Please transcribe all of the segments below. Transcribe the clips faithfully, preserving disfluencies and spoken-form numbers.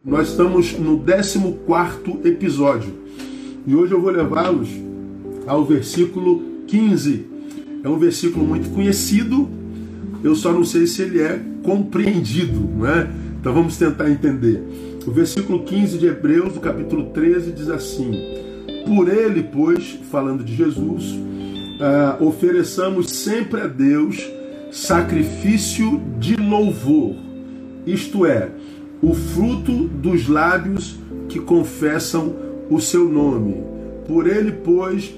Nós estamos no décimo quarto episódio e hoje eu vou levá-los ao versículo quinze. É um versículo muito conhecido, eu só não sei se ele é compreendido, não é? Então vamos tentar entender. O versículo quinze de Hebreus, do capítulo treze, diz assim: por ele, pois, falando de Jesus, uh, ofereçamos sempre a Deus sacrifício de louvor, isto é, o fruto dos lábios que confessam o seu nome. Por ele, pois,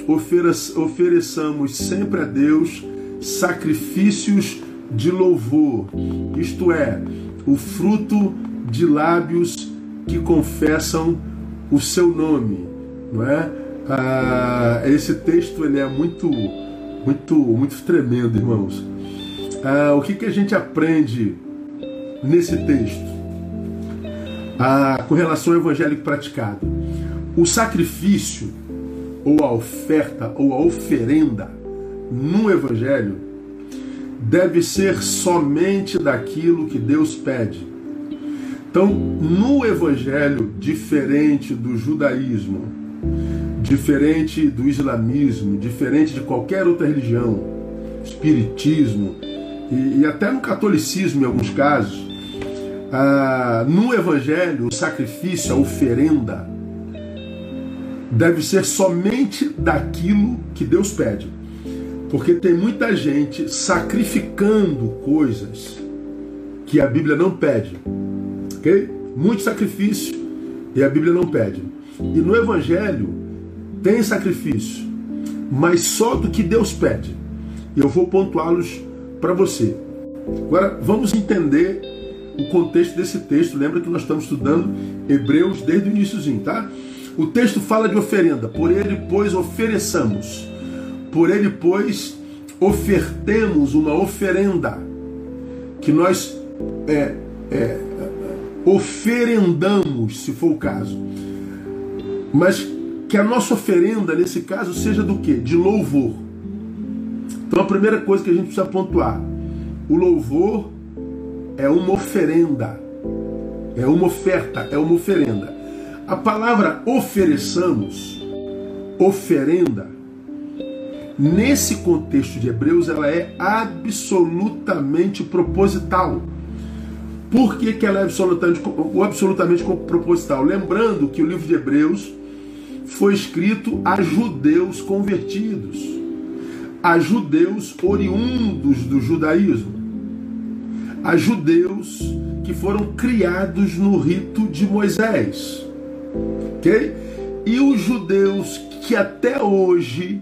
ofereçamos sempre a Deus sacrifícios de louvor, isto é, o fruto de lábios que confessam o seu nome, não é? Ah, esse texto ele é muito, muito, muito tremendo, irmãos. Ah, o que, que a gente aprende nesse texto ah, com relação ao evangelho praticado? O sacrifício, ou a oferta, ou a oferenda no evangelho deve ser somente daquilo que Deus pede. Então, no evangelho, diferente do judaísmo, diferente do islamismo, diferente de qualquer outra religião, espiritismo e, e até no catolicismo em alguns casos, ah, no evangelho, o sacrifício, a oferenda, deve ser somente daquilo que Deus pede. Porque tem muita gente sacrificando coisas que a Bíblia não pede. Okay? Muito sacrifício e a Bíblia não pede. E no evangelho tem sacrifício, mas só do que Deus pede. E eu vou pontuá-los para você. Agora vamos entender o contexto desse texto. Lembra que nós estamos estudando Hebreus desde o iniciozinho, tá? O texto fala de oferenda. Por ele, pois, ofereçamos. Por ele, pois, ofertemos uma oferenda. Que nós é, é, oferendamos, se for o caso. Mas que a nossa oferenda, nesse caso, seja do quê? De louvor. Então a primeira coisa que a gente precisa pontuar: o louvor é uma oferenda. É uma oferta, é uma oferenda. A palavra ofereçamos, oferenda, nesse contexto de Hebreus, ela é absolutamente proposital. Por que, que ela é absolutamente, absolutamente proposital? Lembrando que o livro de Hebreus foi escrito a judeus convertidos, a judeus oriundos do judaísmo, a judeus que foram criados no rito de Moisés. Okay? E os judeus que até hoje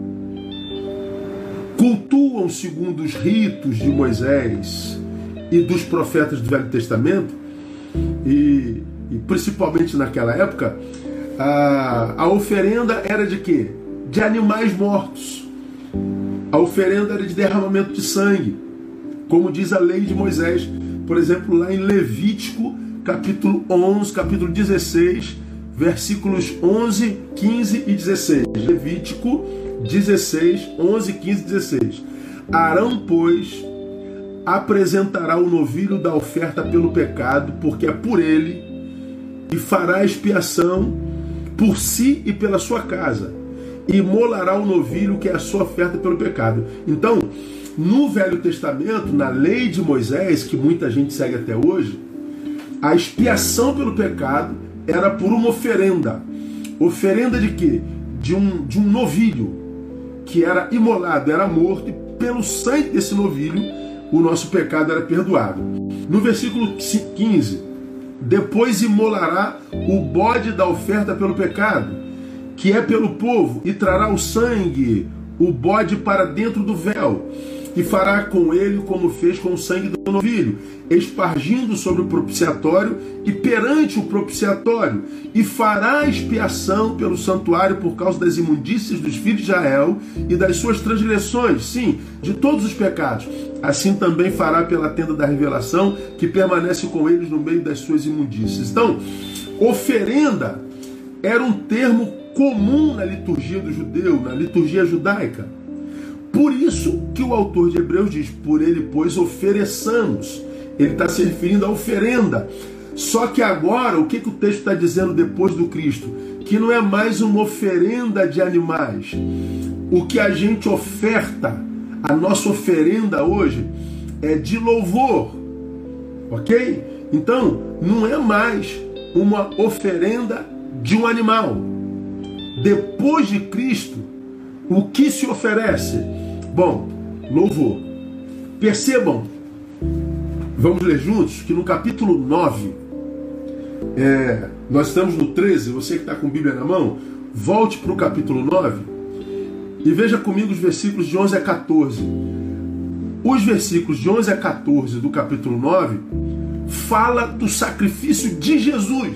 cultuam segundo os ritos de Moisés e dos profetas do Velho Testamento, e, e principalmente naquela época, a, a oferenda era de quê? De animais mortos. A oferenda era de derramamento de sangue, como diz a lei de Moisés, por exemplo, lá em Levítico, capítulo onze, capítulo dezesseis, versículos onze, quinze e dezesseis. Levítico dezesseis, onze, quinze e dezesseis. Arão, pois, apresentará o novilho da oferta pelo pecado, porque é por ele, e fará expiação por si e pela sua casa, e imolará o novilho, que é a sua oferta pelo pecado. Então, no Velho Testamento, na lei de Moisés, que muita gente segue até hoje, a expiação pelo pecado era por uma oferenda. Oferenda de quê? De um, de um novilho, que era imolado, era morto, e pelo sangue desse novilho, o nosso pecado era perdoado. No versículo quinze, depois imolará o bode da oferta pelo pecado, que é pelo povo, e trará o sangue, o bode, para dentro do véu, e fará com ele como fez com o sangue do novilho, espargindo sobre o propiciatório e perante o propiciatório, e fará expiação pelo santuário por causa das imundícias dos filhos de Israel e das suas transgressões, sim, de todos os pecados. Assim também fará pela tenda da revelação, que permanece com eles no meio das suas imundícias. Então, oferenda era um termo comum na liturgia do judeu, na liturgia judaica. Por isso que o autor de Hebreus diz: por ele, pois, ofereçamos. Ele está se referindo à oferenda. Só que agora, o que, que o texto está dizendo depois do Cristo? Que não é mais uma oferenda de animais. O que a gente oferta, a nossa oferenda hoje, é de louvor. Ok? Então, não é mais uma oferenda de um animal. Depois de Cristo, o que se oferece? Bom, louvor. Percebam, vamos ler juntos, que no capítulo nove, é, nós estamos no treze, você que está com a Bíblia na mão, volte para o capítulo nove e veja comigo os versículos de onze a quatorze. Os versículos de onze a quatorze do capítulo nove fala do sacrifício de Jesus.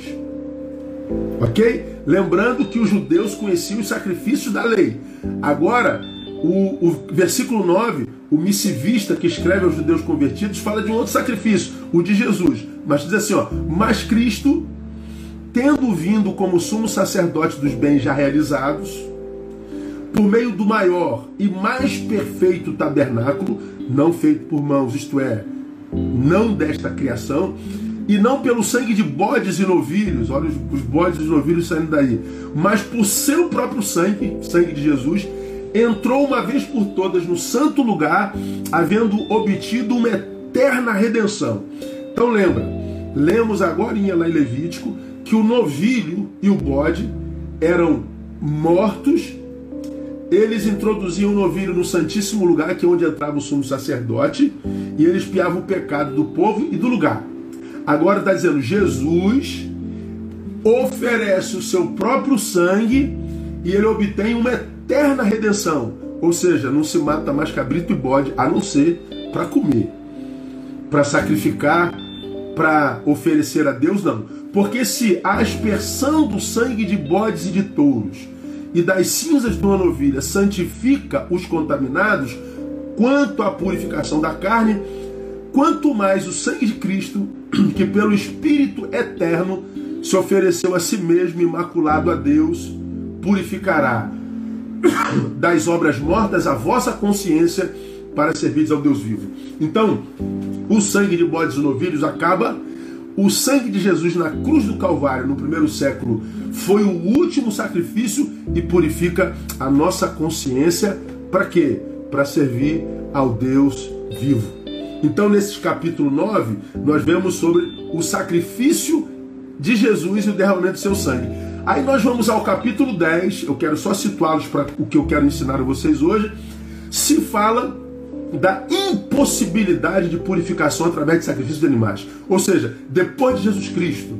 Ok? Lembrando que os judeus conheciam os sacrifícios da lei. Agora, o, o versículo nove, o missivista que escreve aos judeus convertidos, fala de um outro sacrifício, o de Jesus. Mas diz assim, ó, mas Cristo, tendo vindo como sumo sacerdote dos bens já realizados, por meio do maior e mais perfeito tabernáculo, não feito por mãos, isto é, não desta criação, e não pelo sangue de bodes e novilhos, olha os, os bodes e os novilhos saindo daí, mas por seu próprio sangue, sangue de Jesus, entrou uma vez por todas no santo lugar, havendo obtido uma eterna redenção. Então lembra, lemos agora lá em Levítico, que o novilho e o bode eram mortos. Eles introduziam o novilho no santíssimo lugar, que é onde entrava o sumo sacerdote, e ele expiava o pecado do povo e do lugar. Agora está dizendo, Jesus oferece o seu próprio sangue e ele obtém uma eterna redenção. Ou seja, não se mata mais cabrito e bode, a não ser para comer, para sacrificar, para oferecer a Deus, não. Porque se a aspersão do sangue de bodes e de touros e das cinzas de uma novilha santifica os contaminados, quanto à purificação da carne, quanto mais o sangue de Cristo, que pelo Espírito eterno se ofereceu a si mesmo imaculado a Deus, purificará das obras mortas a vossa consciência para servir ao Deus vivo. Então, o sangue de bodes e novilhos acaba. O sangue de Jesus na cruz do Calvário, no primeiro século, foi o último sacrifício e purifica a nossa consciência. Para quê? Para servir ao Deus vivo. Então, nesse capítulo nove, nós vemos sobre o sacrifício de Jesus e o derramamento do seu sangue. Aí nós vamos ao capítulo dez, eu quero só situá-los para o que eu quero ensinar a vocês hoje. Se fala da impossibilidade de purificação através de sacrifício de animais. Ou seja, depois de Jesus Cristo,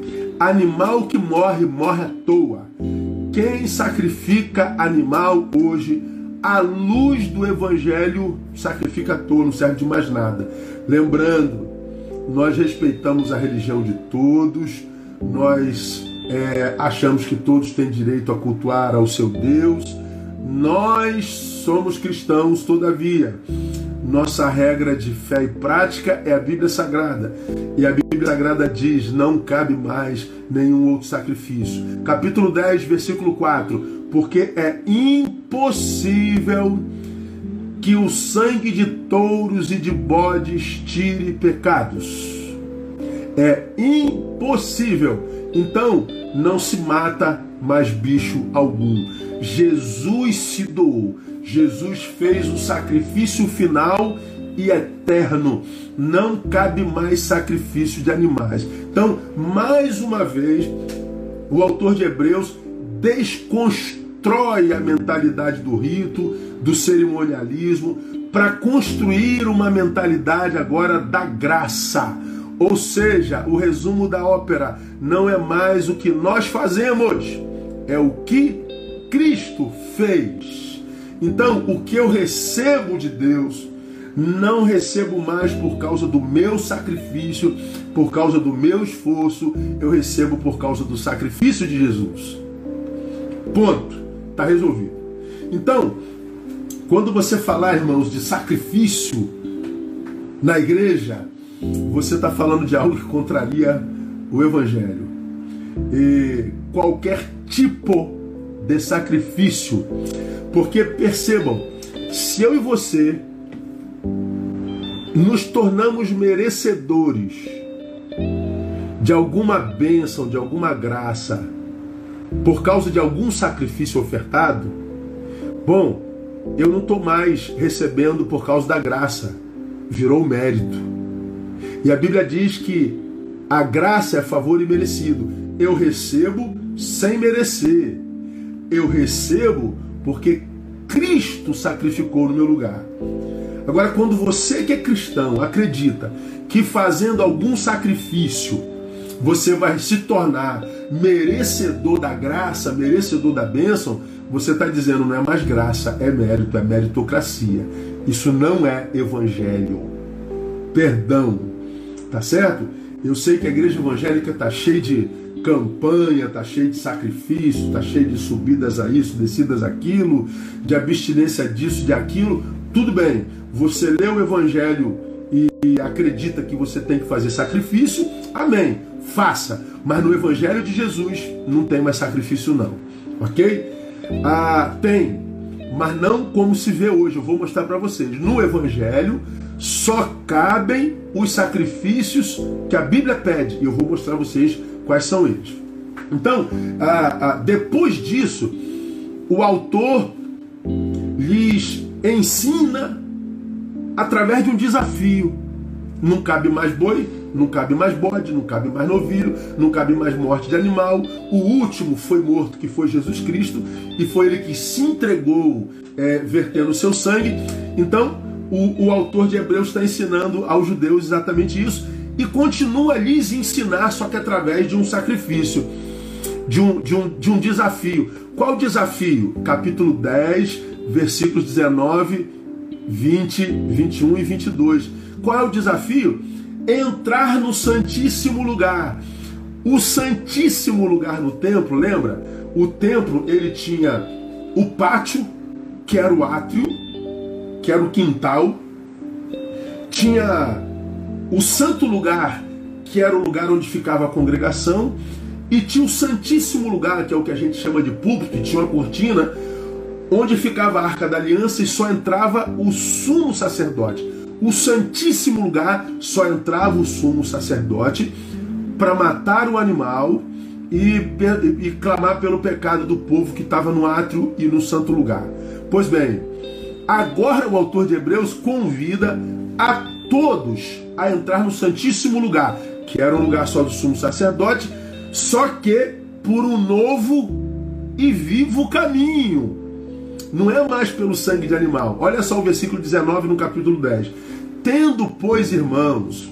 animal que morre, morre à toa. Quem sacrifica animal hoje, à luz do Evangelho, sacrifica à toa, não serve de mais nada. Lembrando, nós respeitamos a religião de todos, nós é, achamos que todos têm direito a cultuar ao seu Deus. Nós somos cristãos, todavia, nossa regra de fé e prática é a Bíblia Sagrada. E a Bíblia Sagrada diz, não cabe mais nenhum outro sacrifício. Capítulo dez, versículo quatro. Porque é impossível que o sangue de touros e de bodes tire pecados. É impossível. Então, não se mata mais bicho algum. Jesus se doou. Jesus fez o sacrifício final e eterno. Não cabe mais sacrifício de animais. Então, mais uma vez, o autor de Hebreus desconstrói a mentalidade do rito, do cerimonialismo, para construir uma mentalidade agora da graça. Ou seja, o resumo da ópera não é mais o que nós fazemos, é o que Cristo fez. Então, o que eu recebo de Deus, não recebo mais por causa do meu sacrifício, por causa do meu esforço, eu recebo por causa do sacrifício de Jesus. Ponto. Está resolvido. Então, quando você falar, irmãos, de sacrifício na igreja, você está falando de algo que contraria o Evangelho. E qualquer tipo de sacrifício. Porque percebam, se eu e você nos tornamos merecedores de alguma bênção, de alguma graça, por causa de algum sacrifício ofertado, bom, eu não estou mais recebendo por causa da graça, virou mérito. E a Bíblia diz que a graça é favor imerecido. Eu recebo sem merecer. Eu recebo porque Cristo sacrificou no meu lugar. Agora, quando você que é cristão acredita que fazendo algum sacrifício você vai se tornar merecedor da graça, merecedor da bênção, você está dizendo não é mais graça, é mérito, é meritocracia. Isso não é evangelho. Perdão. Tá certo? Eu sei que a igreja evangélica está cheia de campanha, está cheia de sacrifício, está cheia de subidas a isso, descidas aquilo, de abstinência disso, de aquilo. Tudo bem, você lê o evangelho e, e acredita que você tem que fazer sacrifício, amém, faça. Mas no evangelho de Jesus não tem mais sacrifício não, ok? Ah, tem, mas não como se vê hoje. Eu vou mostrar para vocês. No evangelho só cabem os sacrifícios que a Bíblia pede. E eu vou mostrar a vocês quais são eles. Então, ah, ah, depois disso, o autor lhes ensina através de um desafio. Não cabe mais boi, não cabe mais bode, não cabe mais novilho, não cabe mais morte de animal. O último foi morto, que foi Jesus Cristo, e foi ele que se entregou, é, vertendo o seu sangue. Então, o, o autor de Hebreus está ensinando aos judeus exatamente isso, e continua a lhes ensinar, só que através de um sacrifício, de um, de um, de um desafio. Qual o desafio? Capítulo dez, versículos dezenove, vinte, vinte e um e vinte e dois. Qual é o desafio? Entrar no Santíssimo Lugar. O Santíssimo Lugar no templo, lembra? O templo, ele tinha o pátio, que era o átrio, que era o quintal. Tinha o Santo Lugar, que era o lugar onde ficava a congregação. E tinha o Santíssimo Lugar, que é o que a gente chama de púlpito, e tinha uma cortina, onde ficava a Arca da Aliança e só entrava o sumo sacerdote. O Santíssimo Lugar só entrava o sumo sacerdote para matar o animal e, e, e clamar pelo pecado do povo que estava no átrio e no santo lugar. Pois bem, agora o autor de Hebreus convida a todos a entrar no Santíssimo Lugar, que era um lugar só do sumo sacerdote, só que por um novo e vivo caminho. Não é mais pelo sangue de animal. Olha só o versículo dezenove no capítulo dez. Tendo, pois, irmãos,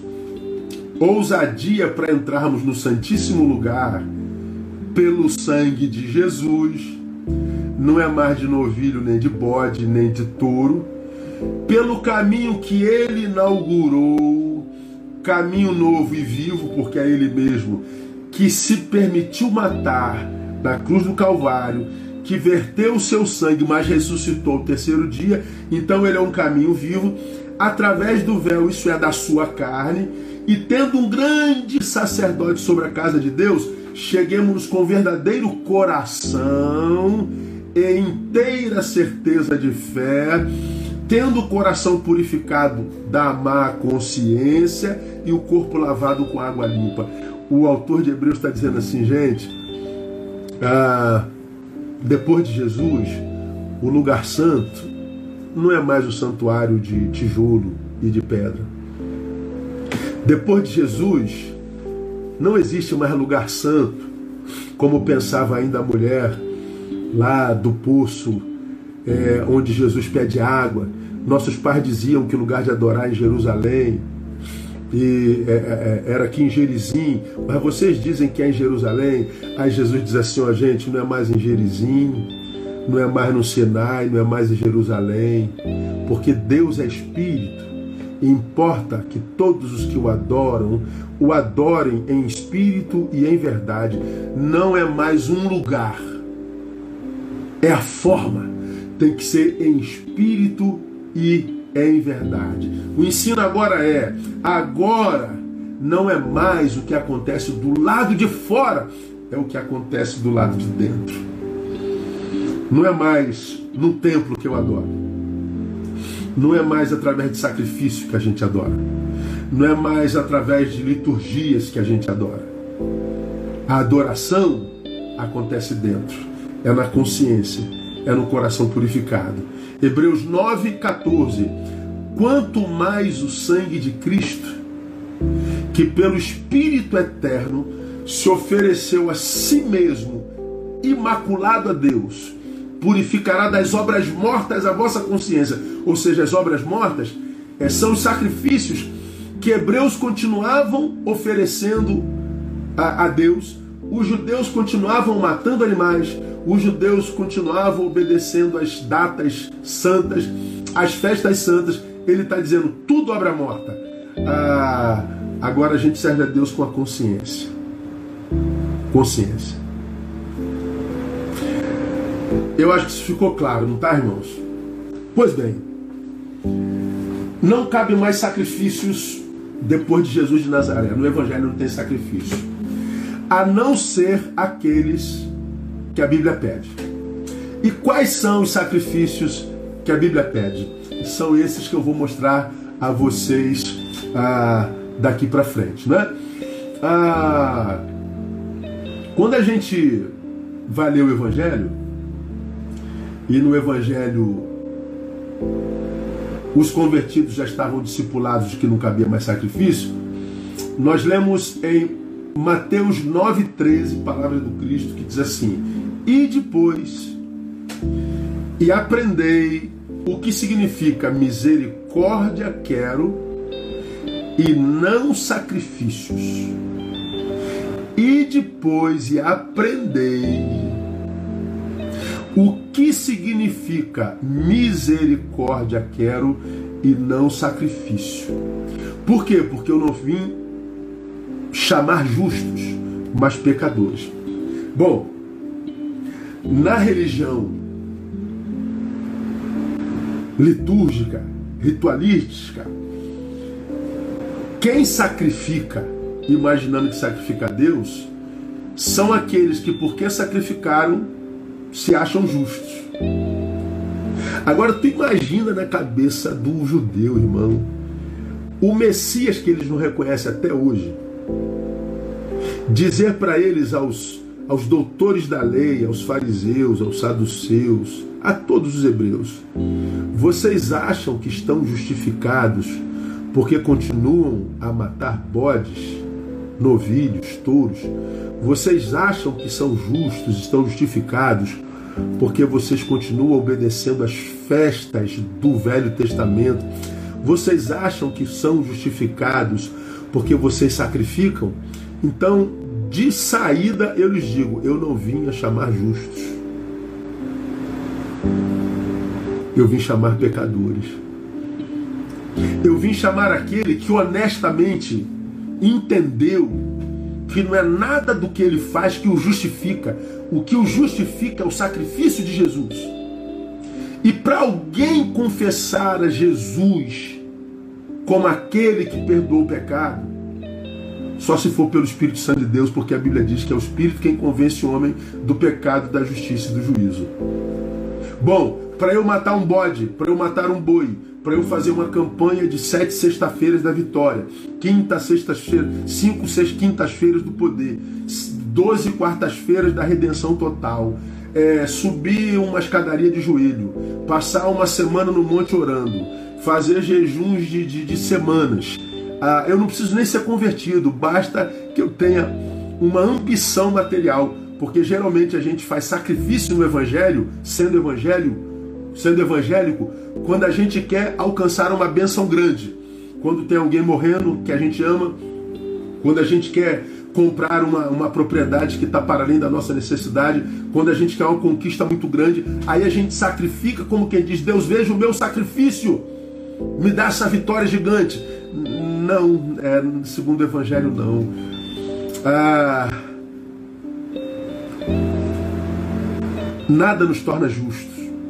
ousadia para entrarmos no Santíssimo Lugar pelo sangue de Jesus, não é mais de novilho, nem de bode, nem de touro, pelo caminho que ele inaugurou, caminho novo e vivo, porque é ele mesmo que se permitiu matar na cruz do Calvário, que verteu o seu sangue, mas ressuscitou o terceiro dia. Então ele é um caminho vivo, através do véu, isso é, da sua carne, e tendo um grande sacerdote sobre a casa de Deus, cheguemos com verdadeiro coração e inteira certeza de fé, tendo o coração purificado da má consciência e o corpo lavado com água limpa. O autor de Hebreus está dizendo assim, gente, ah, depois de Jesus, o lugar santo não é mais o santuário de tijolo e de pedra. Depois de Jesus, não existe mais lugar santo, como pensava ainda a mulher lá do poço, é, onde Jesus pede água. Nossos pais diziam que o lugar de adorar é em Jerusalém, e é, é, era aqui em Gerizim, mas vocês dizem que é em Jerusalém. Aí Jesus diz assim, ó, gente, não é mais em Gerizim, não é mais no Sinai, não é mais em Jerusalém, porque Deus é Espírito, e importa que todos os que o adoram, o adorem em espírito e em verdade. Não é mais um lugar, é a forma, tem que ser em espírito e em verdade. O ensino agora é, agora não é mais o que acontece do lado de fora, é o que acontece do lado de dentro. Não é mais no templo que eu adoro. Não é mais através de sacrifício que a gente adora. Não é mais através de liturgias que a gente adora. A adoração acontece dentro, é na consciência, é no coração purificado. Hebreus nove, quatorze. Quanto mais o sangue de Cristo, que pelo Espírito Eterno se ofereceu a si mesmo, imaculado a Deus, purificará das obras mortas a vossa consciência. Ou seja, as obras mortas é, são os sacrifícios que hebreus continuavam oferecendo a, a Deus. Os judeus continuavam matando animais, os judeus continuavam obedecendo às datas santas, às festas santas. Ele está dizendo, tudo obra morta. Ah, agora a gente serve a Deus com a consciência. Consciência. Eu acho que isso ficou claro, não está, irmãos? Pois bem, não cabe mais sacrifícios depois de Jesus de Nazaré. No Evangelho não tem sacrifício, a não ser aqueles que a Bíblia pede. E quais são os sacrifícios que a Bíblia pede? São esses que eu vou mostrar a vocês ah, daqui para frente, né? Ah, quando a gente vai ler o Evangelho, e no Evangelho os convertidos já estavam discipulados de que não cabia mais sacrifício, nós lemos em Mateus nove, treze, palavras do Cristo, que diz assim: e depois e aprendei o que significa misericórdia quero e não sacrifícios. E depois e aprendei o que significa misericórdia quero e não sacrifício. Por quê? Porque eu não vim chamar justos, mas pecadores. Bom, na religião litúrgica, ritualística, quem sacrifica, imaginando que sacrifica a Deus, são aqueles que, porque sacrificaram, se acham justos. Agora, tu imagina na cabeça do judeu, irmão, o Messias que eles não reconhecem até hoje, dizer para eles, aos, aos doutores da lei, aos fariseus, aos saduceus, a todos os hebreus: vocês acham que estão justificados porque continuam a matar bodes, novilhos, touros? Vocês acham que são justos, estão justificados porque vocês continuam obedecendo às festas do Velho Testamento? Vocês acham que são justificados porque vocês sacrificam? Então, de saída, eu lhes digo, eu não vim a chamar justos. Eu vim chamar pecadores. Eu vim chamar aquele que honestamente entendeu que não é nada do que ele faz que o justifica. O que o justifica é o sacrifício de Jesus. E para alguém confessar a Jesus como aquele que perdoa o pecado, só se for pelo Espírito Santo de Deus, porque a Bíblia diz que é o Espírito quem convence o homem do pecado, da justiça e do juízo. Bom, para eu matar um bode, para eu matar um boi, para eu fazer uma campanha de sete sexta-feiras da vitória, quinta, sexta-feira, cinco, seis quintas-feiras do poder, doze quartas-feiras da redenção total, é, subir uma escadaria de joelho, passar uma semana no monte orando, fazer jejuns de, de, de semanas. Ah, eu não preciso nem ser convertido, basta que eu tenha uma ambição material, porque geralmente a gente faz sacrifício no Evangelho, sendo evangelho, sendo evangélico, quando a gente quer alcançar uma bênção grande, quando tem alguém morrendo que a gente ama, quando a gente quer comprar uma, uma propriedade que está para além da nossa necessidade, quando a gente quer uma conquista muito grande, aí a gente sacrifica como quem diz: Deus, veja o meu sacrifício, me dá essa vitória gigante. Não, é, segundo o Evangelho não. Ah, nada nos torna justos.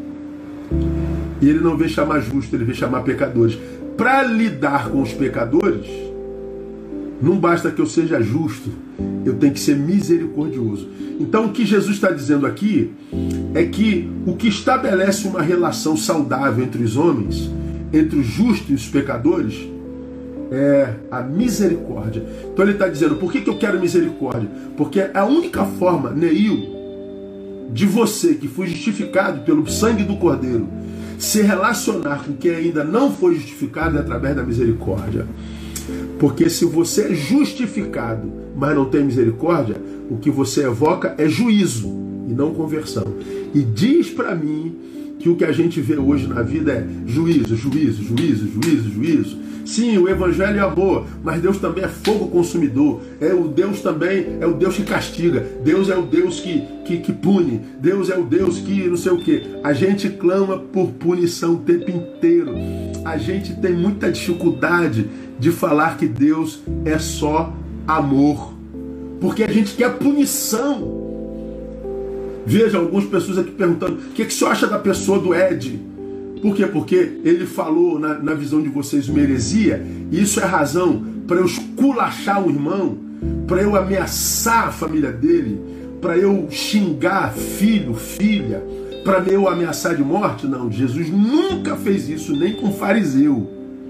E ele não veio chamar justo, ele veio chamar pecadores. Para lidar com os pecadores, não basta que eu seja justo, eu tenho que ser misericordioso. Então o que Jesus está dizendo aqui é que o que estabelece uma relação saudável entre os homens, entre os justos e os pecadores, é a misericórdia. Então ele está dizendo, por que, que eu quero misericórdia? Porque a única forma, Neil, de você que foi justificado pelo sangue do Cordeiro, se relacionar com quem ainda não foi justificado é através da misericórdia. Porque se você é justificado, mas não tem misericórdia, o que você evoca é juízo e não conversão. E diz para mim que o que a gente vê hoje na vida é juízo, juízo, juízo, juízo, juízo. Sim, o evangelho é amor, mas Deus também é fogo consumidor. É o Deus também é o Deus que castiga. Deus é o Deus que, que, que pune. Deus é o Deus que não sei o que. A gente clama por punição o tempo inteiro. A gente tem muita dificuldade de falar que Deus é só amor, porque a gente quer punição. Veja, algumas pessoas aqui perguntando, o que, que você acha da pessoa do Ed? Por quê? Porque ele falou na, na visão de vocês uma heresia, e isso é razão para eu esculachar o irmão, para eu ameaçar a família dele, para eu xingar filho, filha, para eu ameaçar de morte? Não, Jesus nunca fez isso, nem com fariseu.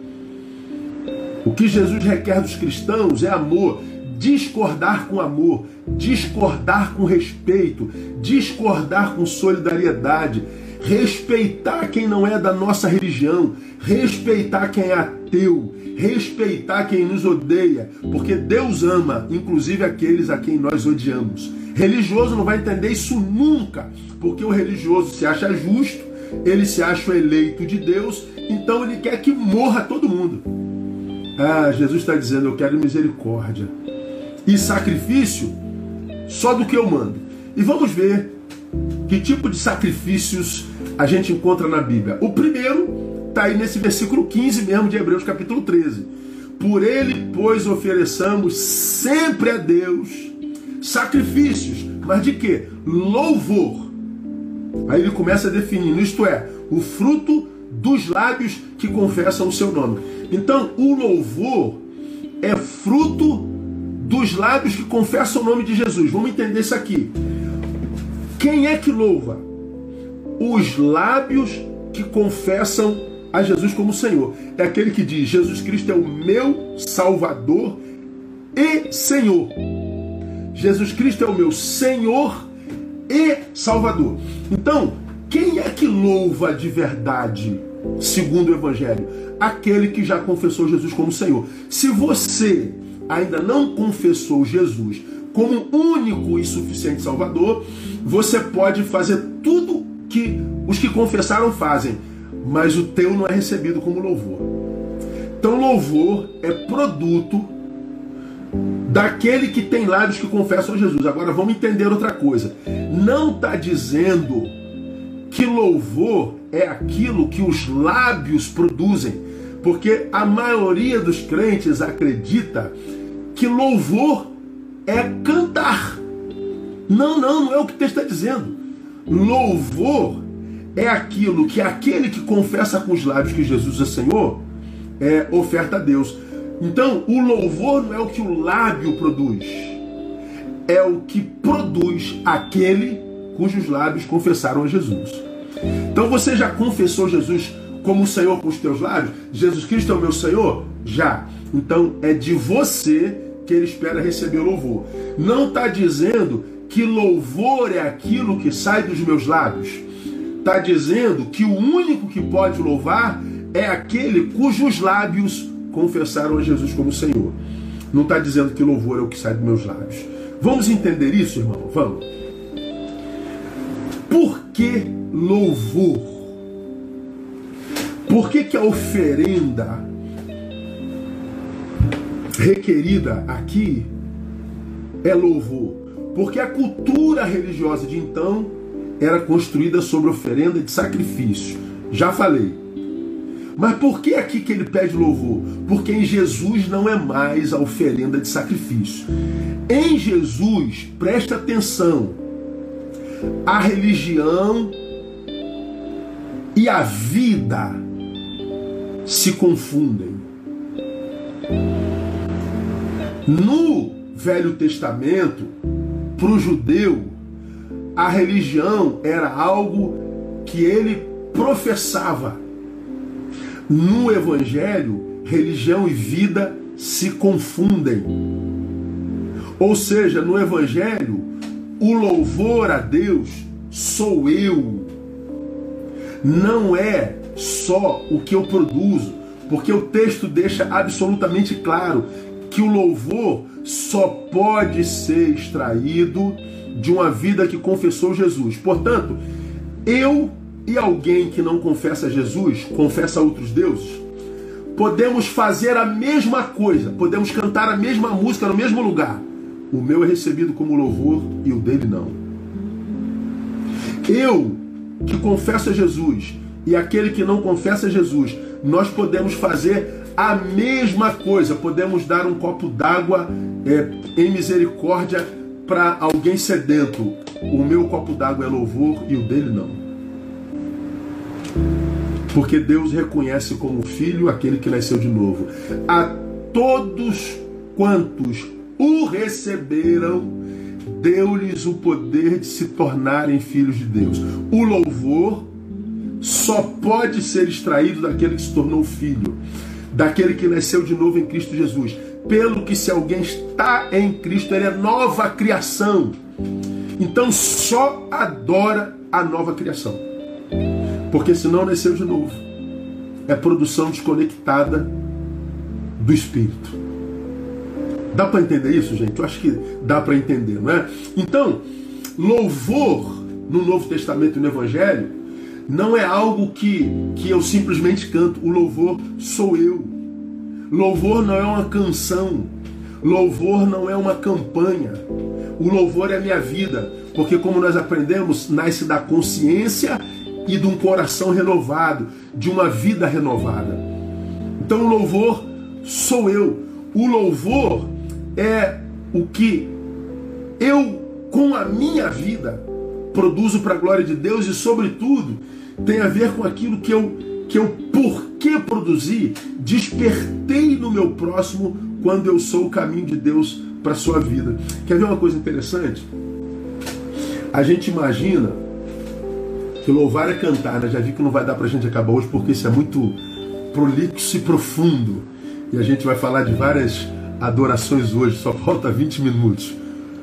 O que Jesus requer dos cristãos é amor, discordar com amor, discordar com respeito, discordar com solidariedade, respeitar quem não é da nossa religião, respeitar quem é ateu, respeitar quem nos odeia, porque Deus ama, inclusive aqueles a quem nós odiamos. Religioso não vai entender isso nunca, porque o religioso se acha justo, ele se acha o eleito de Deus, então ele quer que morra todo mundo. Ah, Jesus está dizendo, eu quero misericórdia e sacrifício só do que eu mando. E vamos ver que tipo de sacrifícios a gente encontra na Bíblia. O primeiro está aí nesse versículo quinze mesmo de Hebreus capítulo treze. Por ele, pois, ofereçamos sempre a Deus sacrifícios, mas de quê? Louvor. Aí ele começa definindo, isto é, o fruto dos lábios que confessam o seu nome. Então, o louvor é fruto dos lábios que confessam o nome de Jesus. Vamos entender isso aqui. Quem é que louva? Os lábios que confessam a Jesus como Senhor. É aquele que diz, Jesus Cristo é o meu Salvador e Senhor. Jesus Cristo é o meu Senhor e Salvador. Então, quem é que louva de verdade, segundo o Evangelho? Aquele que já confessou Jesus como Senhor. Se você ainda não confessou Jesus como único e suficiente Salvador, você pode fazer tudo que os que confessaram fazem, mas o teu não é recebido como louvor. Então louvor é produto daquele que tem lábios que confessam a Jesus. Agora vamos entender outra coisa. Não está dizendo que louvor é aquilo que os lábios produzem, porque a maioria dos crentes acredita que louvor é cantar. Não, não, não é o que o texto está dizendo. Louvor é aquilo que aquele que confessa com os lábios que Jesus é Senhor, é oferta a Deus. Então, o louvor não é o que o lábio produz, é o que produz aquele cujos lábios confessaram a Jesus. Então, você já confessou Jesus como Senhor com os teus lábios? Jesus Cristo é o meu Senhor? Já. Então, é de você que ele espera receber louvor. Não está dizendo que louvor é aquilo que sai dos meus lábios. Está dizendo que o único que pode louvar é aquele cujos lábios confessaram a Jesus como Senhor. Não está dizendo que louvor é o que sai dos meus lábios. Vamos entender isso, irmão? Vamos. Por que louvor? Por que que a oferenda requerida aqui é louvor? Porque a cultura religiosa de então era construída sobre oferenda de sacrifício. Já falei. Mas por que aqui que ele pede louvor? Porque em Jesus não é mais a oferenda de sacrifício. Em Jesus, presta atenção, a religião e a vida se confundem. No Velho Testamento, para o judeu, a religião era algo que ele professava. No Evangelho, religião e vida se confundem. Ou seja, no Evangelho, o louvor a Deus sou eu. Não é só o que eu produzo, porque o texto deixa absolutamente claro que o louvor só pode ser extraído de uma vida que confessou Jesus. Portanto, eu e alguém que não confessa Jesus, confessa outros deuses, podemos fazer a mesma coisa, podemos cantar a mesma música no mesmo lugar. O meu é recebido como louvor e o dele não. Eu que confesso a Jesus e aquele que não confessa a Jesus, nós podemos fazer a mesma coisa. Podemos dar um copo d'água é, em misericórdia para alguém sedento. O meu copo d'água é louvor e o dele não. Porque Deus reconhece como filho aquele que nasceu de novo. A todos quantos o receberam, deu-lhes o poder de se tornarem filhos de Deus. O louvor só pode ser extraído daquele que se tornou filho, daquele que nasceu de novo em Cristo Jesus. Pelo que, se alguém está em Cristo, ele é nova criação. Então só adora a nova criação, porque senão nasceu de novo. É produção desconectada do Espírito. Dá para entender isso, gente? Eu acho que dá para entender, não é? Então, louvor no Novo Testamento e no Evangelho não é algo que, que eu simplesmente canto. O louvor sou eu. Louvor não é uma canção. Louvor não é uma campanha. O louvor é a minha vida. Porque, como nós aprendemos, nasce da consciência e de um coração renovado, de uma vida renovada. Então o louvor sou eu. O louvor é o que eu, com a minha vida, produzo para a glória de Deus e, sobretudo, tem a ver com aquilo que eu, que eu por que produzi, despertei no meu próximo quando eu sou o caminho de Deus para a sua vida. Quer ver uma coisa interessante? A gente imagina que louvar é cantar, né? Já vi que não vai dar para a gente acabar hoje porque isso é muito prolixo e profundo. E a gente vai falar de várias adorações hoje, só falta vinte minutos.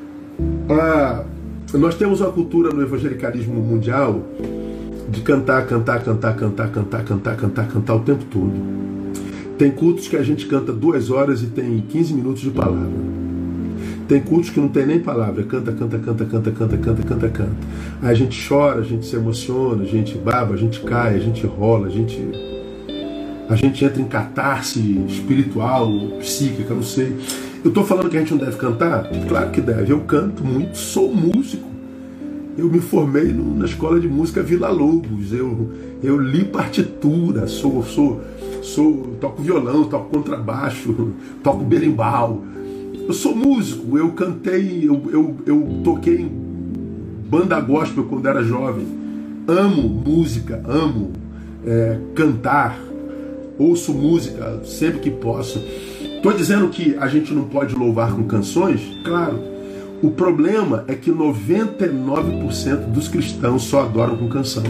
Ah, nós temos uma cultura no evangelicalismo mundial de cantar, cantar, cantar, cantar, cantar, cantar, cantar, cantar o tempo todo. Tem cultos que a gente canta duas horas e tem quinze minutos de palavra. Tem cultos que não tem nem palavra, canta, canta, canta, canta, canta, canta, canta, canta. Aí a gente chora, a gente se emociona, a gente baba, a gente cai, a gente rola, a gente... A gente entra em catarse espiritual, psíquica, não sei. Eu estou falando que a gente não deve cantar? Claro que deve. Eu canto muito, sou músico. Eu me formei no, na escola de música Vila Lobos. Eu, eu li partitura, sou, sou, sou, toco violão, toco contrabaixo, toco berimbau. Eu sou músico, eu cantei, eu, eu, eu toquei em banda gospel quando era jovem. Amo música, amo é, cantar. Ouço música sempre que posso. Estou dizendo que a gente não pode louvar com canções? Claro. O problema é que noventa e nove por cento dos cristãos só adoram com canção.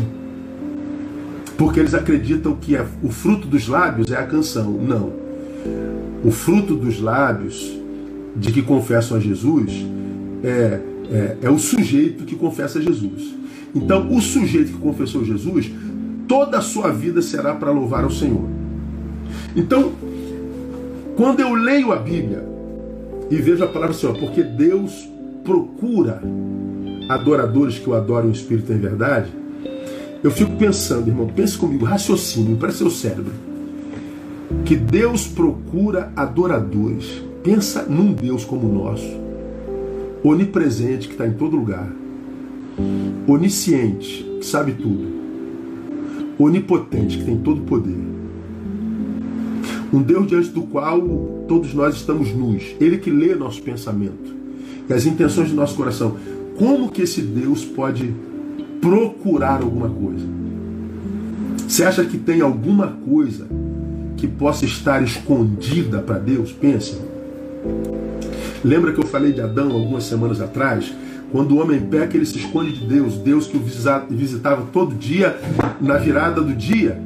Porque eles acreditam que é, o fruto dos lábios é a canção. Não. O fruto dos lábios de que confessam a Jesus é, é, é o sujeito que confessa Jesus. Então, o sujeito que confessou Jesus, toda a sua vida será para louvar ao Senhor. Então, quando eu leio a Bíblia e vejo a palavra do Senhor, porque Deus procura adoradores que o adoram em espírito e em verdade, eu fico pensando, irmão, pense comigo, raciocínio para seu cérebro, que Deus procura adoradores. Pensa num Deus como o nosso, onipresente, que está em todo lugar, onisciente, que sabe tudo, onipotente, que tem todo o poder. Um Deus diante do qual todos nós estamos nus. Ele que lê nosso pensamento e as intenções do nosso coração. Como que esse Deus pode procurar alguma coisa? Você acha que tem alguma coisa que possa estar escondida para Deus? Pense. Lembra que eu falei de Adão algumas semanas atrás? Quando o homem peca, ele se esconde de Deus. Deus que o visitava todo dia, na virada do dia,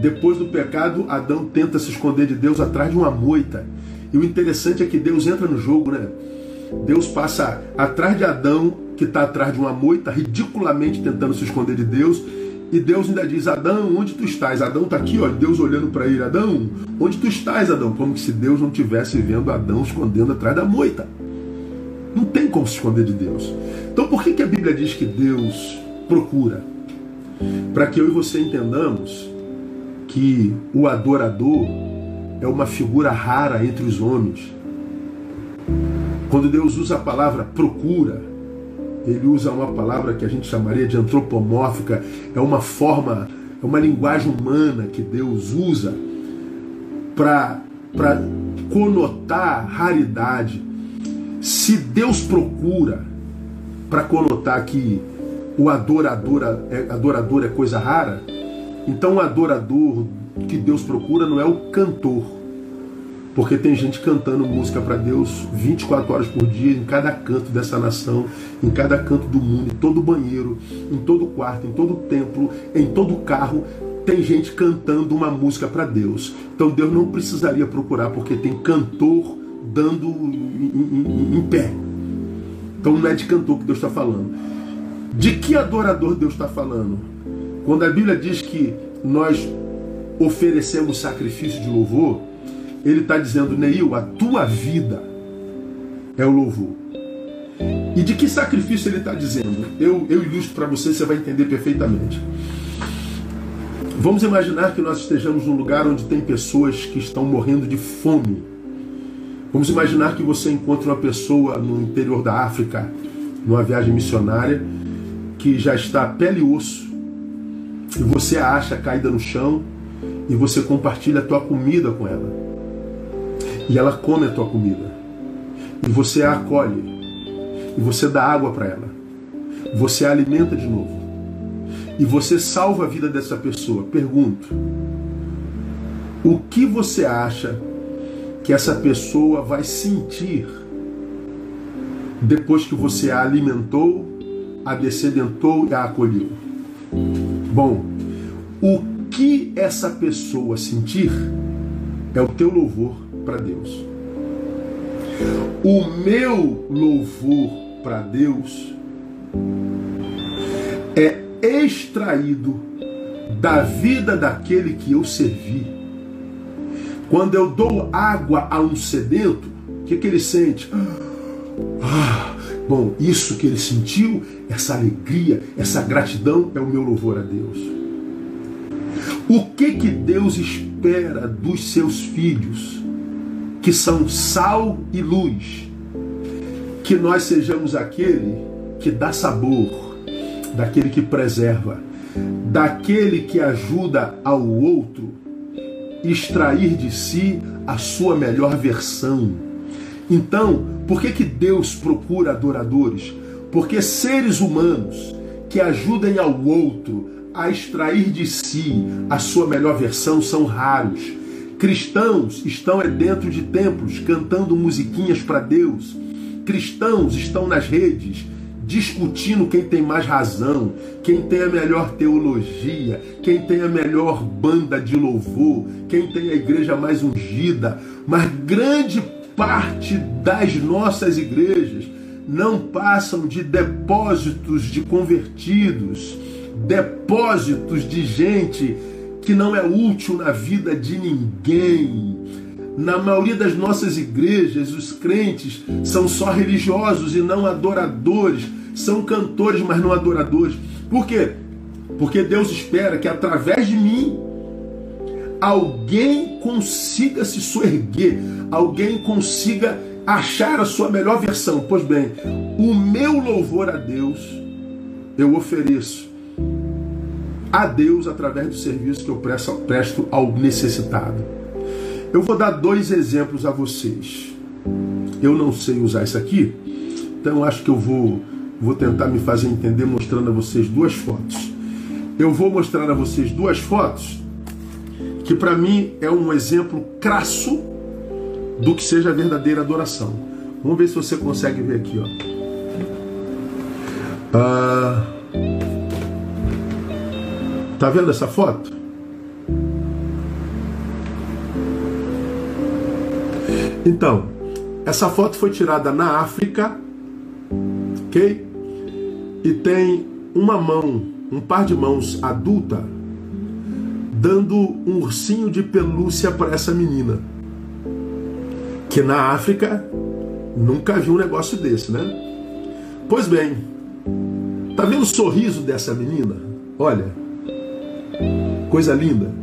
depois do pecado, Adão tenta se esconder de Deus atrás de uma moita. E o interessante é que Deus entra no jogo, né? Deus passa atrás de Adão, que está atrás de uma moita, ridiculamente tentando se esconder de Deus. E Deus ainda diz: Adão, onde tu estás? Adão está aqui, ó, Deus olhando para ele: Adão, onde tu estás, Adão? Como se Deus não estivesse vendo Adão escondendo atrás da moita. Não tem como se esconder de Deus. Então por que, que a Bíblia diz que Deus procura? Para que eu e você entendamos que o adorador é uma figura rara entre os homens. Quando Deus usa a palavra procura, Ele usa uma palavra que a gente chamaria de antropomórfica. É uma forma, é uma linguagem humana que Deus usa para para conotar raridade. Se Deus procura para conotar que o adorador é, adorador é coisa rara, então o adorador que Deus procura não é o cantor. Porque tem gente cantando música para Deus vinte e quatro horas por dia, em cada canto dessa nação, em cada canto do mundo, em todo banheiro, em todo quarto, em todo templo, em todo carro, tem gente cantando uma música para Deus. Então Deus não precisaria procurar, porque tem cantor dando em, em, em pé. Então não é de cantor que Deus está falando. De que adorador Deus está falando? Quando a Bíblia diz que nós oferecemos sacrifício de louvor, Ele está dizendo: Neil, a tua vida é o louvor. E de que sacrifício Ele está dizendo? Eu, eu ilustro para você, você vai entender perfeitamente. Vamos imaginar que nós estejamos num lugar onde tem pessoas que estão morrendo de fome. Vamos imaginar que você encontra uma pessoa no interior da África, numa viagem missionária, que já está pele e osso, e você a acha caída no chão, e você compartilha a tua comida com ela. E ela come a tua comida. E você a acolhe. E você dá água para ela. Você a alimenta de novo. E você salva a vida dessa pessoa. Pergunto: o que você acha que essa pessoa vai sentir depois que você a alimentou, a descedentou e a acolheu? Bom, o que essa pessoa sentir é o teu louvor para Deus. O meu louvor para Deus é extraído da vida daquele que eu servi. Quando eu dou água a um sedento, o que, que ele sente? Ah, bom, isso que ele sentiu, essa alegria, essa gratidão, é o meu louvor a Deus. O que, que Deus espera dos seus filhos, que são sal e luz? Que nós sejamos aquele que dá sabor, daquele que preserva, daquele que ajuda ao outro extrair de si a sua melhor versão. Então, por que que Deus procura adoradores? Porque seres humanos que ajudem ao outro a extrair de si a sua melhor versão são raros. Cristãos estão é dentro de templos cantando musiquinhas para Deus. Cristãos estão nas redes discutindo quem tem mais razão, quem tem a melhor teologia, quem tem a melhor banda de louvor, quem tem a igreja mais ungida. Mas grande parte das nossas igrejas não passam de depósitos de convertidos, depósitos de gente que não é útil na vida de ninguém. Na maioria das nossas igrejas, os crentes são só religiosos e não adoradores. São cantores, mas não adoradores. Por quê? Porque Deus espera que através de mim alguém consiga se soerguer, alguém consiga achar a sua melhor versão. Pois bem, o meu louvor a Deus eu ofereço a Deus através do serviço que eu presto, presto ao necessitado. Eu vou dar dois exemplos a vocês. Eu não sei usar isso aqui, então eu acho que eu vou, vou tentar me fazer entender mostrando a vocês duas fotos. Eu vou mostrar a vocês duas fotos que para mim é um exemplo crasso do que seja a verdadeira adoração. Vamos ver se você consegue ver aqui, ó. Ah, tá vendo essa foto? Então, essa foto foi tirada na África, ok? E tem uma mão, um par de mãos adulta, dando um ursinho de pelúcia para essa menina. Que na África nunca viu um negócio desse, né? Pois bem, tá vendo o sorriso dessa menina? Olha, coisa linda.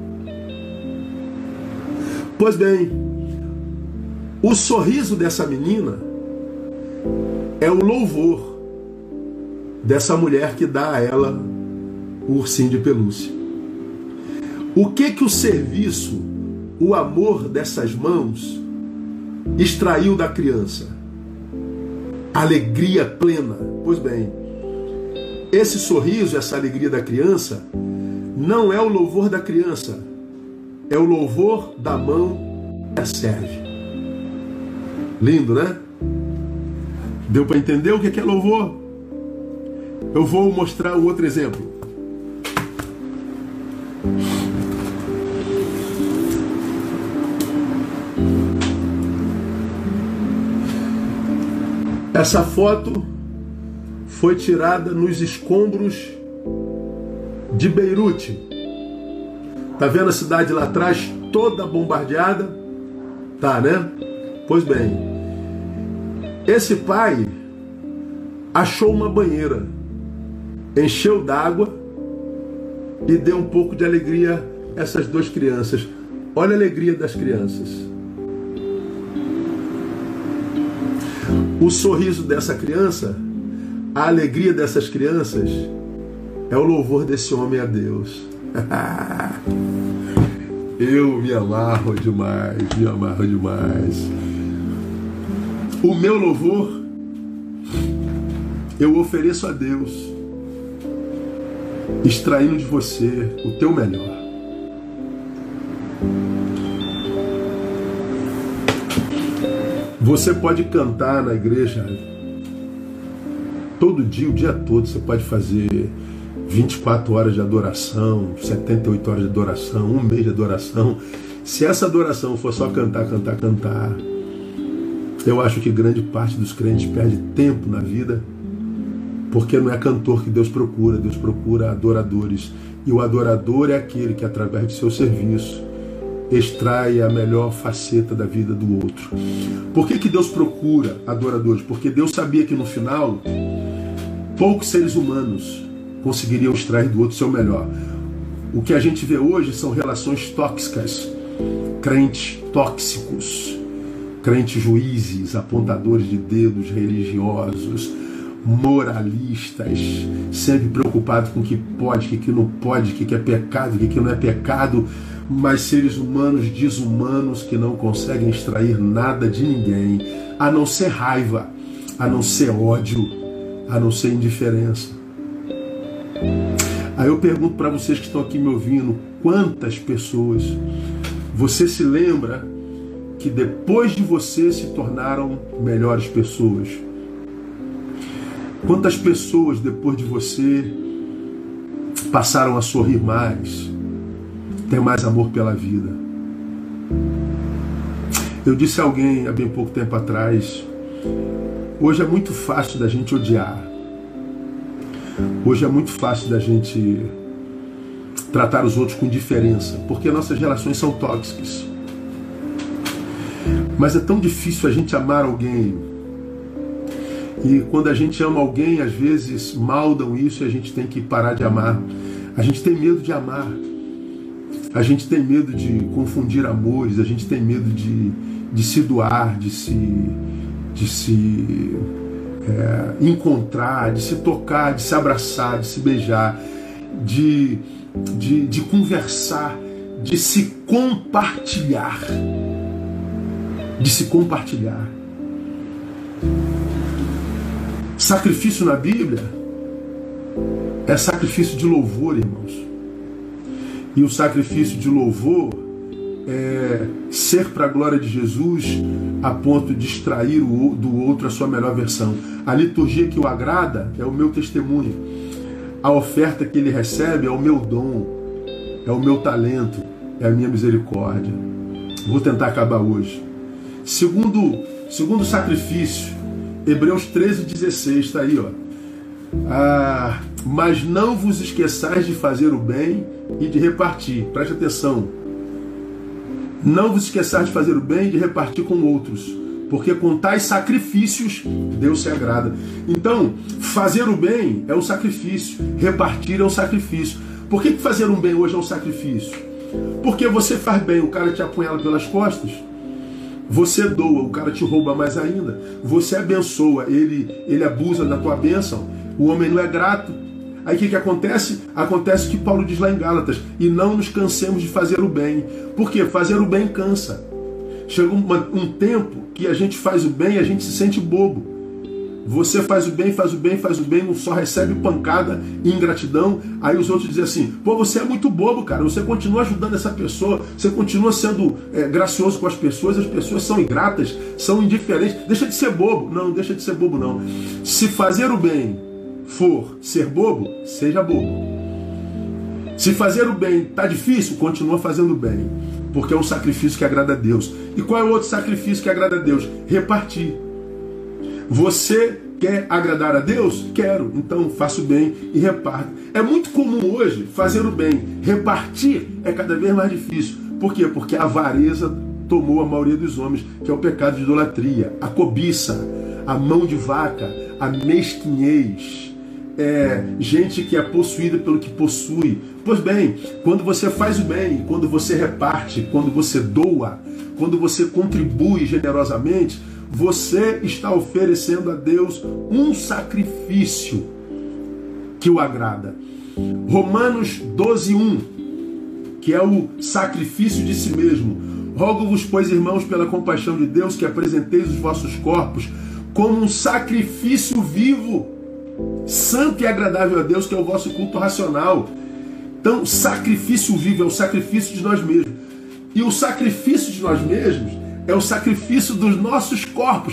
Pois bem, o sorriso dessa menina é o louvor dessa mulher que dá a ela o ursinho de pelúcia. O que que o serviço, o amor dessas mãos extraiu da criança? Alegria plena. Pois bem, esse sorriso, essa alegria da criança, não é o louvor da criança, é o louvor da mão que a serve. Lindo, né? Deu para entender o que é louvor? Eu vou mostrar um outro exemplo. Essa foto foi tirada nos escombros de Beirute. Tá vendo a cidade lá atrás toda bombardeada? Tá, né? Pois bem, esse pai achou uma banheira, encheu d'água e deu um pouco de alegria a essas duas crianças. Olha a alegria das crianças. O sorriso dessa criança, a alegria dessas crianças, é o louvor desse homem a Deus. Eu me amarro demais, me amarro demais. O meu louvor eu ofereço a Deus, extraindo de você o teu melhor. Você pode cantar na igreja todo dia, o dia todo. Você pode fazer vinte e quatro horas de adoração, setenta e oito horas de adoração, um mês de adoração. Se essa adoração for só cantar, cantar, cantar, eu acho que grande parte dos crentes perde tempo na vida, porque não é cantor que Deus procura. Deus procura adoradores. E o adorador é aquele que, através de seu serviço, extrai a melhor faceta da vida do outro. Por que que Deus procura adoradores? Porque Deus sabia que no final poucos seres humanos conseguiriam extrair do outro o seu melhor. O que a gente vê hoje são relações tóxicas, crentes tóxicos, crentes juízes, apontadores de dedos, religiosos, moralistas, sempre preocupados com o que pode, o que não pode, o que é pecado, o que não é pecado, mas seres humanos desumanos que não conseguem extrair nada de ninguém, a não ser raiva, a não ser ódio, a não ser indiferença. Aí eu pergunto para vocês que estão aqui me ouvindo, quantas pessoas você se lembra que depois de você se tornaram melhores pessoas? Quantas pessoas depois de você passaram a sorrir mais, ter mais amor pela vida? Eu disse a alguém há bem pouco tempo atrás, hoje é muito fácil da gente odiar. Hoje é muito fácil da gente tratar os outros com indiferença, porque nossas relações são tóxicas. Mas é tão difícil a gente amar alguém. E quando a gente ama alguém, às vezes maldam isso e a gente tem que parar de amar. A gente tem medo de amar. A gente tem medo de confundir amores. A gente tem medo de, de se doar, de se, de se é, encontrar, de se tocar, de se abraçar, de se beijar, de, de, de conversar, de se compartilhar. De se compartilhar. Sacrifício na Bíblia é sacrifício de louvor, irmãos. E o sacrifício de louvor é ser para a glória de Jesus a ponto de extrair do outro a sua melhor versão. A liturgia que o agrada é o meu testemunho. A oferta que ele recebe é o meu dom, é o meu talento, é a minha misericórdia. Vou tentar acabar hoje. Segundo, segundo sacrifício, Hebreus treze, dezesseis, está aí, ó. Ah, mas não vos esqueçais de fazer o bem e de repartir. Preste atenção. Não vos esqueçais de fazer o bem e de repartir com outros, porque com tais sacrifícios Deus se agrada. Então, fazer o bem é um sacrifício, repartir é um sacrifício. Por que que fazer um bem hoje é um sacrifício? Porque você faz bem, o cara te apunhala pelas costas. Você doa, o cara te rouba mais ainda. Você abençoa, ele, ele abusa da tua bênção. O homem não é grato. Aí o que, que acontece? Acontece o que Paulo diz lá em Gálatas: e não nos cansemos de fazer o bem. Por quê? Fazer o bem cansa. Chega um, um tempo que a gente faz o bem e a gente se sente bobo. Você faz o bem, faz o bem, faz o bem, só recebe pancada e ingratidão. Aí os outros dizem assim: pô, você é muito bobo, cara. Você continua ajudando essa pessoa, você continua sendo é, gracioso com as pessoas, as pessoas são ingratas, são indiferentes. Deixa de ser bobo. Não, deixa de ser bobo não. Se fazer o bem for ser bobo, seja bobo. Se fazer o bem está difícil, continua fazendo o bem, porque é um sacrifício que agrada a Deus. E qual é o outro sacrifício que agrada a Deus? Repartir. Você quer agradar a Deus? Quero. Então faça o bem e reparta. É muito comum hoje fazer o bem. Repartir é cada vez mais difícil. Por quê? Porque a avareza tomou a maioria dos homens, que é o pecado de idolatria, a cobiça, a mão de vaca, a mesquinhez. É, gente que é possuída pelo que possui. Pois bem, quando você faz o bem, quando você reparte, quando você doa, quando você contribui generosamente, você está oferecendo a Deus um sacrifício que o agrada. Romanos doze, um, que é o sacrifício de si mesmo. Rogo-vos, pois, irmãos, pela compaixão de Deus, que apresenteis os vossos corpos como um sacrifício vivo, santo e agradável a Deus, que é o vosso culto racional. Então, sacrifício vivo é o sacrifício de nós mesmos. E o sacrifício de nós mesmos é o sacrifício dos nossos corpos,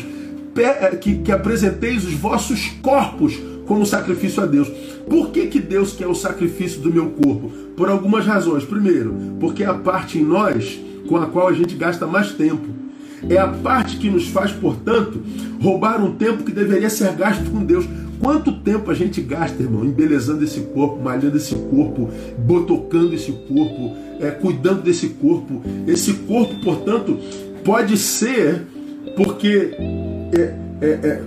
que, que apresenteis os vossos corpos como sacrifício a Deus. Por que que Deus quer o sacrifício do meu corpo? Por algumas razões. Primeiro, porque é a parte em nós com a qual a gente gasta mais tempo. É a parte que nos faz, portanto, roubar um tempo que deveria ser gasto com Deus. Quanto tempo a gente gasta, irmão, embelezando esse corpo, malhando esse corpo, botocando esse corpo, é, cuidando desse corpo. Esse corpo, portanto, pode ser porque é, é, é,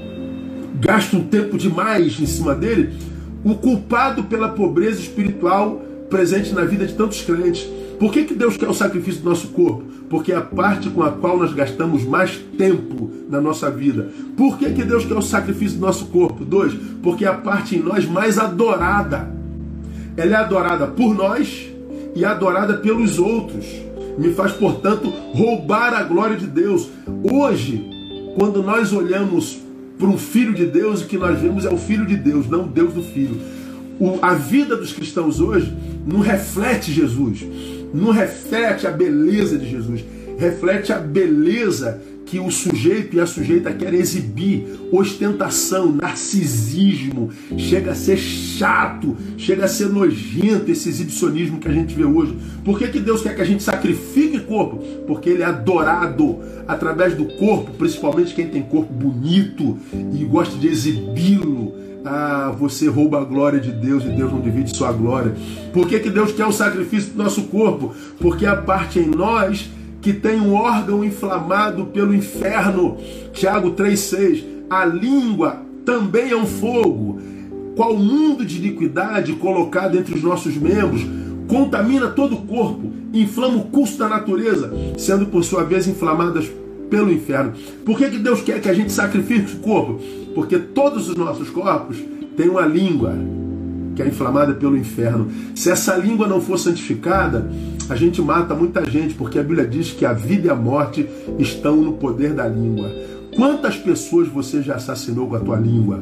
gasta um tempo demais em cima dele, o culpado pela pobreza espiritual presente na vida de tantos crentes. Por que que Deus quer o sacrifício do nosso corpo? Porque é a parte com a qual nós gastamos mais tempo na nossa vida. Por que que Deus quer o sacrifício do nosso corpo? Dois, porque é a parte em nós mais adorada. Ela é adorada por nós e adorada pelos outros. Me faz, portanto, roubar a glória de Deus. Hoje, quando nós olhamos para um filho de Deus, o que nós vemos é o filho de Deus, não o Deus do filho. O, a vida dos cristãos hoje não reflete Jesus, não reflete a beleza de Jesus, reflete a beleza que o sujeito e a sujeita querem exibir, ostentação, narcisismo, chega a ser chato, chega a ser nojento esse exibicionismo que a gente vê hoje. Por que que Deus quer que a gente sacrifique corpo? Porque Ele é adorado através do corpo, principalmente quem tem corpo bonito e gosta de exibi-lo. Ah, você rouba a glória de Deus e Deus não divide sua glória. Por que que Deus quer o sacrifício do nosso corpo? Porque a parte em nós que tem um órgão inflamado pelo inferno. Tiago três, seis. A língua também é um fogo, qual mundo de iniquidade colocado entre os nossos membros, contamina todo o corpo, inflama o curso da natureza, sendo por sua vez inflamadas pelo inferno. Por que que Deus quer que a gente sacrifique o corpo? Porque todos os nossos corpos têm uma língua que é inflamada pelo inferno. Se essa língua não for santificada, a gente mata muita gente, porque a Bíblia diz que a vida e a morte estão no poder da língua. Quantas pessoas você já assassinou com a tua língua?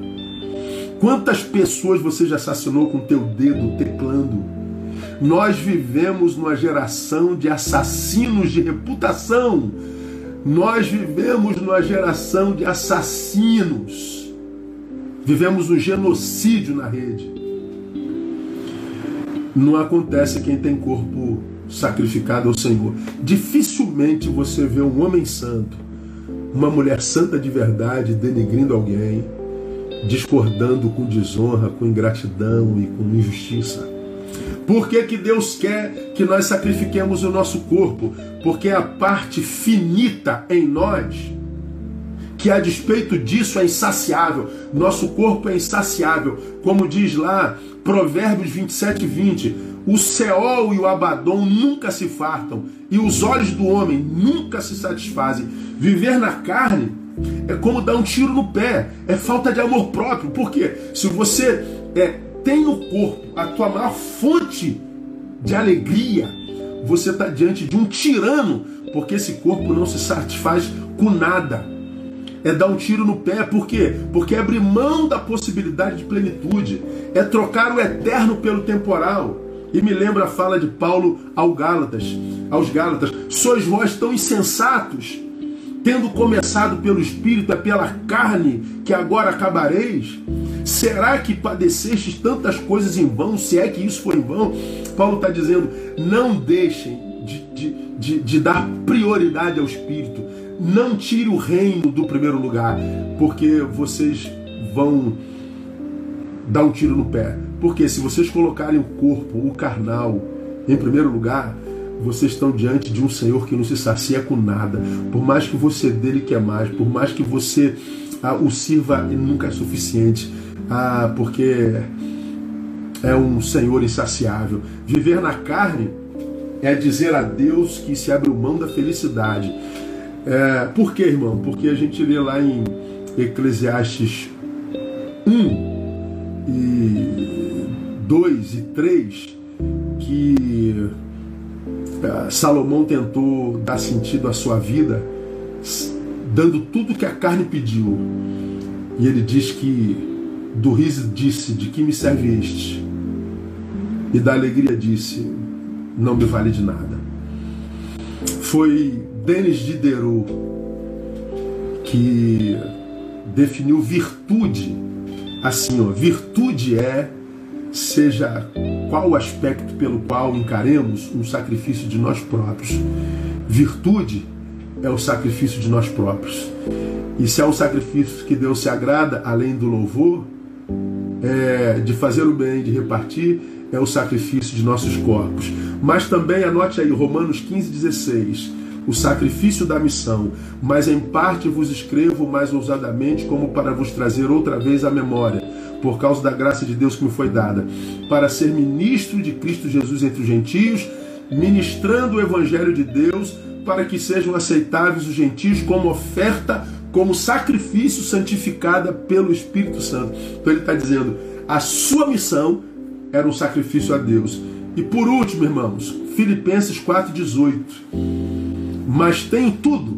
Quantas pessoas você já assassinou com o teu dedo teclando? Nós vivemos numa geração de assassinos de reputação. Nós vivemos numa geração de assassinos. Vivemos um genocídio na rede. Não acontece quem tem corpo sacrificado ao Senhor. Dificilmente você vê um homem santo, uma mulher santa de verdade denigrindo alguém, discordando com desonra, com ingratidão e com injustiça. Por que que Deus quer que nós sacrifiquemos o nosso corpo? Porque a parte finita em nós, que a despeito disso é insaciável. Nosso corpo é insaciável. Como diz lá, Provérbios vinte e sete, vinte. O Seol e o Abadom nunca se fartam, e os olhos do homem nunca se satisfazem. Viver na carne é como dar um tiro no pé, é falta de amor próprio. Por quê? Se você é, tem no corpo a tua maior fonte de alegria, você está diante de um tirano, porque esse corpo não se satisfaz com nada. É dar um tiro no pé. Por quê? Porque é abrir mão da possibilidade de plenitude, é trocar o eterno pelo temporal. E me lembra a fala de Paulo aos Gálatas, aos Gálatas: sois vós tão insensatos, tendo começado pelo Espírito, é pela carne que agora acabareis? Será que padecestes tantas coisas em vão, se é que isso foi em vão? Paulo está dizendo, não deixem de, de, de, de dar prioridade ao Espírito. Não tire o reino do primeiro lugar, porque vocês vão dar um tiro no pé. Porque se vocês colocarem o corpo, o carnal, em primeiro lugar, vocês estão diante de um Senhor que não se sacia com nada. Por mais que você dele quer mais, por mais que você ah, o sirva, nunca é suficiente. Ah, porque é um Senhor insaciável. Viver na carne é dizer a Deus que se abriu mão da felicidade. É, por quê, irmão? Porque a gente lê lá em Eclesiastes um e dois e três que uh, Salomão tentou dar sentido à sua vida dando tudo que a carne pediu, e ele diz que do riso disse, de que me serve este? E da alegria disse, não me vale de nada. Foi Denis Diderot que definiu virtude assim, ó, virtude é, seja qual o aspecto pelo qual encaremos um sacrifício de nós próprios. Virtude é o sacrifício de nós próprios. E se é um sacrifício que Deus se agrada, além do louvor, é, de fazer o bem, de repartir, é o sacrifício de nossos corpos. Mas também, anote aí, Romanos quinze, dezesseis, o sacrifício da missão, mas em parte vos escrevo mais ousadamente, como para vos trazer outra vez à memória, por causa da graça de Deus que me foi dada, para ser ministro de Cristo Jesus entre os gentios, ministrando o evangelho de Deus, para que sejam aceitáveis os gentios como oferta, como sacrifício santificada pelo Espírito Santo. Então ele está dizendo, a sua missão era um sacrifício a Deus. E por último, irmãos, Filipenses quatro, dezoito. Mas tenho tudo,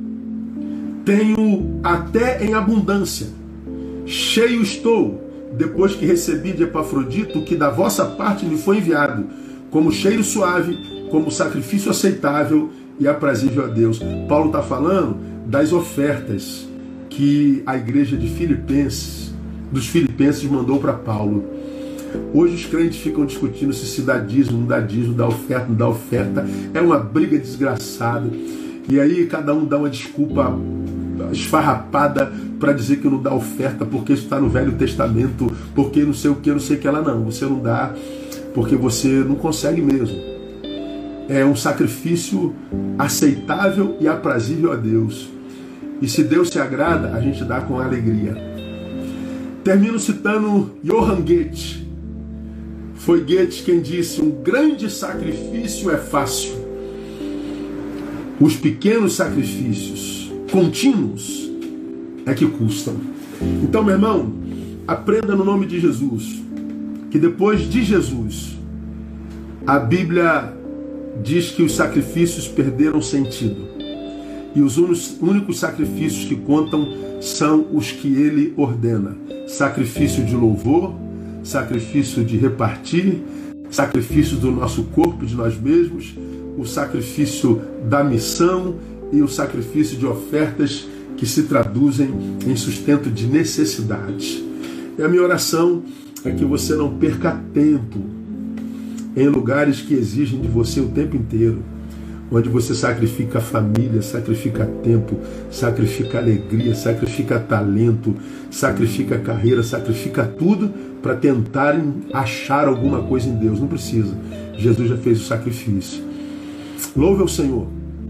tenho até em abundância, cheio estou, depois que recebi de Epafrodito o que da vossa parte me foi enviado, como cheiro suave, como sacrifício aceitável e aprazível a Deus. Paulo está falando das ofertas que a igreja de Filipenses, dos Filipenses mandou para Paulo. Hoje os crentes ficam discutindo se se dá dízimo, não dá dízimo, dá oferta, não dá oferta. É uma briga desgraçada. E aí cada um dá uma desculpa esfarrapada para dizer que não dá oferta, porque isso está no Velho Testamento, porque não sei o que, não sei o que ela não. Você não dá porque você não consegue mesmo. É um sacrifício aceitável e aprazível a Deus. E se Deus se agrada, a gente dá com alegria. Termino citando Johann Goethe. Foi Goethe quem disse, um grande sacrifício é fácil. Os pequenos sacrifícios contínuos é que custam. Então, meu irmão, aprenda no nome de Jesus, que depois de Jesus, a Bíblia diz que os sacrifícios perderam sentido. E os únicos sacrifícios que contam são os que ele ordena. Sacrifício de louvor, sacrifício de repartir, sacrifício do nosso corpo, de nós mesmos, o sacrifício da missão e o sacrifício de ofertas que se traduzem em sustento de necessidades. E a minha oração é que você não perca tempo em lugares que exigem de você o tempo inteiro. onde você sacrifica a família, sacrifica tempo, sacrifica alegria, sacrifica talento, sacrifica carreira, sacrifica tudo para tentarem achar alguma coisa em Deus. Não precisa. Jesus já fez o sacrifício. Louve ao Senhor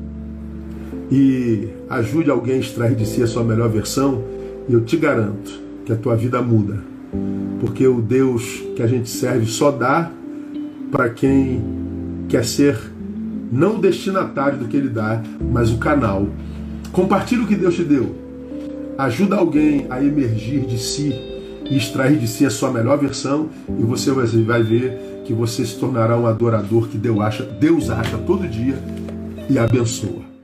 e ajude alguém a extrair de si a sua melhor versão, e eu te garanto que a tua vida muda, porque o Deus que a gente serve só dá para quem quer ser não o destinatário do que Ele dá, mas o canal. Compartilhe o que Deus te deu, ajuda alguém a emergir de si e extrair de si a sua melhor versão, e você vai ver que você se tornará um adorador que Deus acha, Deus acha todo dia e abençoa.